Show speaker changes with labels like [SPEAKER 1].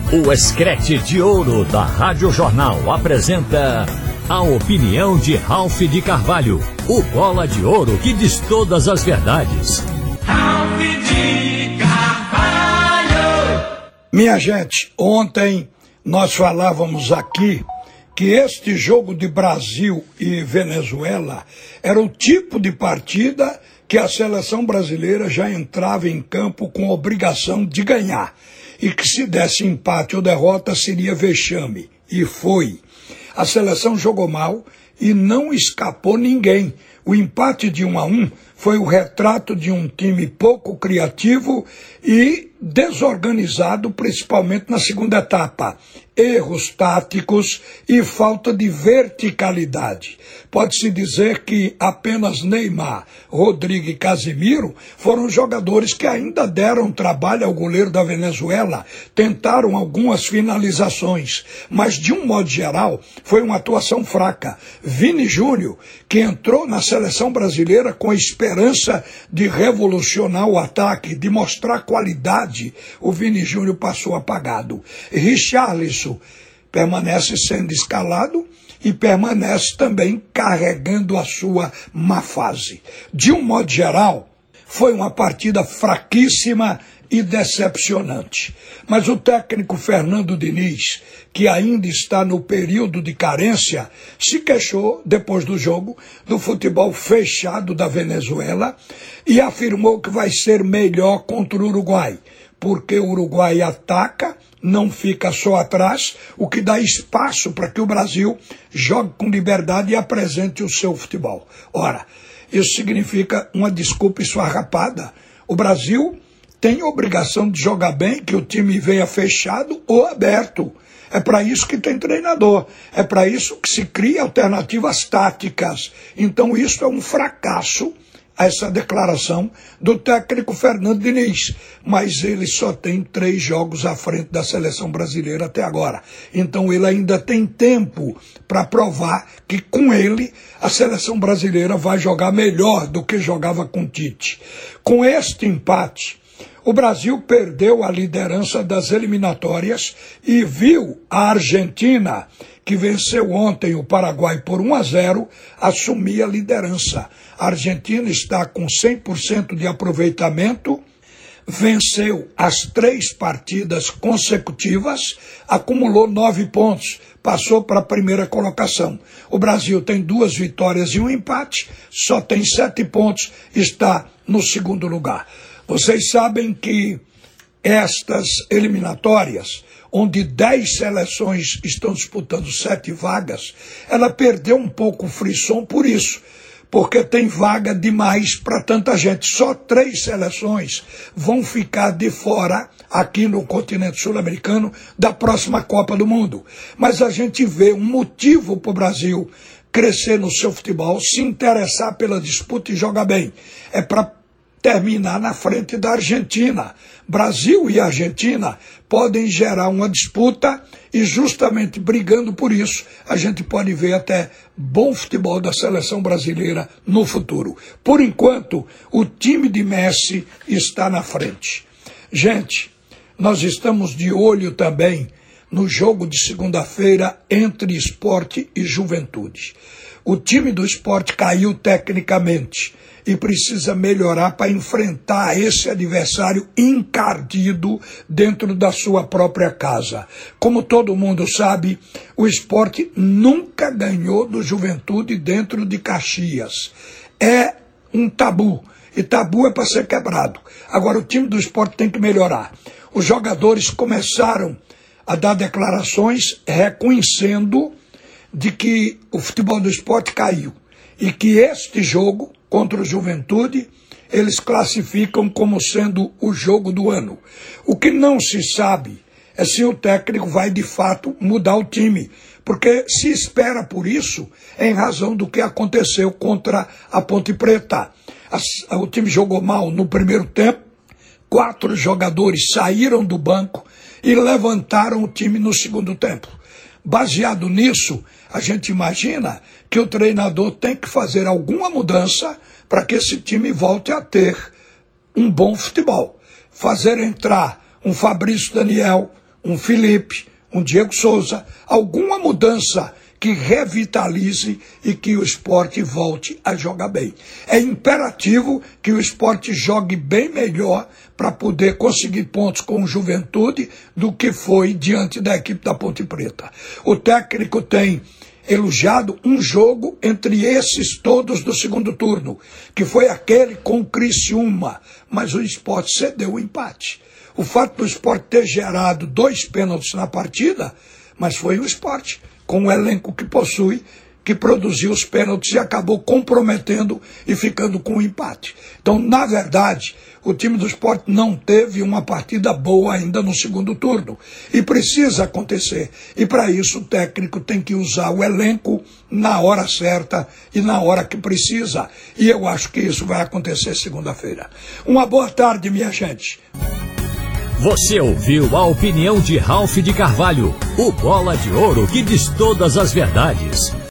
[SPEAKER 1] O Escrete de Ouro da Rádio Jornal apresenta a opinião de Ralph de Carvalho, o bola de ouro que diz todas as verdades.
[SPEAKER 2] Ralph de Carvalho!
[SPEAKER 3] Minha gente, ontem nós falávamos aqui que este jogo de Brasil e Venezuela era o tipo de partida que a seleção brasileira já entrava em campo com obrigação de ganhar. E que se desse empate ou derrota seria vexame. E foi. A seleção jogou mal e não escapou ninguém. O empate de 1-1 foi o retrato de um time pouco criativo e desorganizado, principalmente na segunda etapa. Erros táticos e falta de verticalidade. Pode-se dizer que apenas Neymar, Rodrigo e Casemiro foram jogadores que ainda deram trabalho ao goleiro da Venezuela, tentaram algumas finalizações, mas de um modo geral foi uma atuação fraca. Vini Júnior, que entrou na seleção brasileira com a esperança de revolucionar o ataque, de mostrar qualidade, o Vini Júnior passou apagado. Richarlison permanece sendo escalado e permanece também carregando a sua má fase. De um modo geral, foi uma partida fraquíssima e decepcionante. Mas o técnico Fernando Diniz, que ainda está no período de carência, se queixou, depois do jogo, do futebol fechado da Venezuela e afirmou que vai ser melhor contra o Uruguai, porque o Uruguai ataca, não fica só atrás, o que dá espaço para que o Brasil jogue com liberdade e apresente o seu futebol. Ora, isso significa uma desculpa esfarrapada. O Brasil tem obrigação de jogar bem, que o time venha fechado ou aberto. É para isso que tem treinador, é para isso que se cria alternativas táticas. Então isso é um fracasso, essa declaração do técnico Fernando Diniz, mas ele só tem 3 jogos à frente da seleção brasileira até agora. Então ele ainda tem tempo para provar que com ele a seleção brasileira vai jogar melhor do que jogava com Tite. Com este empate, o Brasil perdeu a liderança das eliminatórias e viu a Argentina, que venceu ontem o Paraguai por 1-0, assumir a liderança. A Argentina está com 100% de aproveitamento, venceu as 3 partidas consecutivas, acumulou 9 pontos, passou para a primeira colocação. O Brasil tem 2 vitórias e 1 empate, só tem 7 pontos, está no segundo lugar. Vocês sabem que estas eliminatórias, onde 10 seleções estão disputando 7 vagas, ela perdeu um pouco o frisson por isso, porque tem vaga demais para tanta gente. Só 3 seleções vão ficar de fora, aqui no continente sul-americano, da próxima Copa do Mundo. Mas a gente vê um motivo para o Brasil crescer no seu futebol, se interessar pela disputa e jogar bem. É para terminar na frente da Argentina. Brasil e Argentina podem gerar uma disputa e justamente brigando por isso a gente pode ver até bom futebol da seleção brasileira no futuro. Por enquanto, o time de Messi está na frente. Gente, nós estamos de olho também no jogo de segunda-feira entre Sport e Juventude. O time do Sport caiu tecnicamente e precisa melhorar para enfrentar esse adversário encardido dentro da sua própria casa. Como todo mundo sabe, o Sport nunca ganhou do Juventude dentro de Caxias. É um tabu, e tabu é para ser quebrado. Agora o time do Sport tem que melhorar. Os jogadores começaram a dar declarações reconhecendo de que o futebol do Sport caiu e que este jogo contra o Juventude eles classificam como sendo o jogo do ano. O que não se sabe é se o técnico vai de fato mudar o time, porque se espera por isso em razão do que aconteceu contra a Ponte Preta. O time jogou mal no primeiro tempo, 4 jogadores saíram do banco e levantaram o time no segundo tempo. Baseado nisso, a gente imagina que o treinador tem que fazer alguma mudança para que esse time volte a ter um bom futebol. Fazer entrar um Fabrício Daniel, um Felipe, um Diego Souza, alguma mudança que revitalize e que o esporte volte a jogar bem. É imperativo que o esporte jogue bem melhor para poder conseguir pontos com o Juventude do que foi diante da equipe da Ponte Preta. O técnico tem elogiado um jogo entre esses todos do segundo turno, que foi aquele com o Criciúma, mas o esporte cedeu o empate. O fato do esporte ter gerado 2 pênaltis na partida, mas foi o esporte, com o elenco que possui, que produziu os pênaltis e acabou comprometendo e ficando com o empate. Então, na verdade, o time do Sport não teve uma partida boa ainda no segundo turno. E precisa acontecer. E para isso o técnico tem que usar o elenco na hora certa e na hora que precisa. E eu acho que isso vai acontecer segunda-feira. Uma boa tarde, minha gente.
[SPEAKER 1] Você ouviu a opinião de Ralph de Carvalho, o bola de ouro que diz todas as verdades.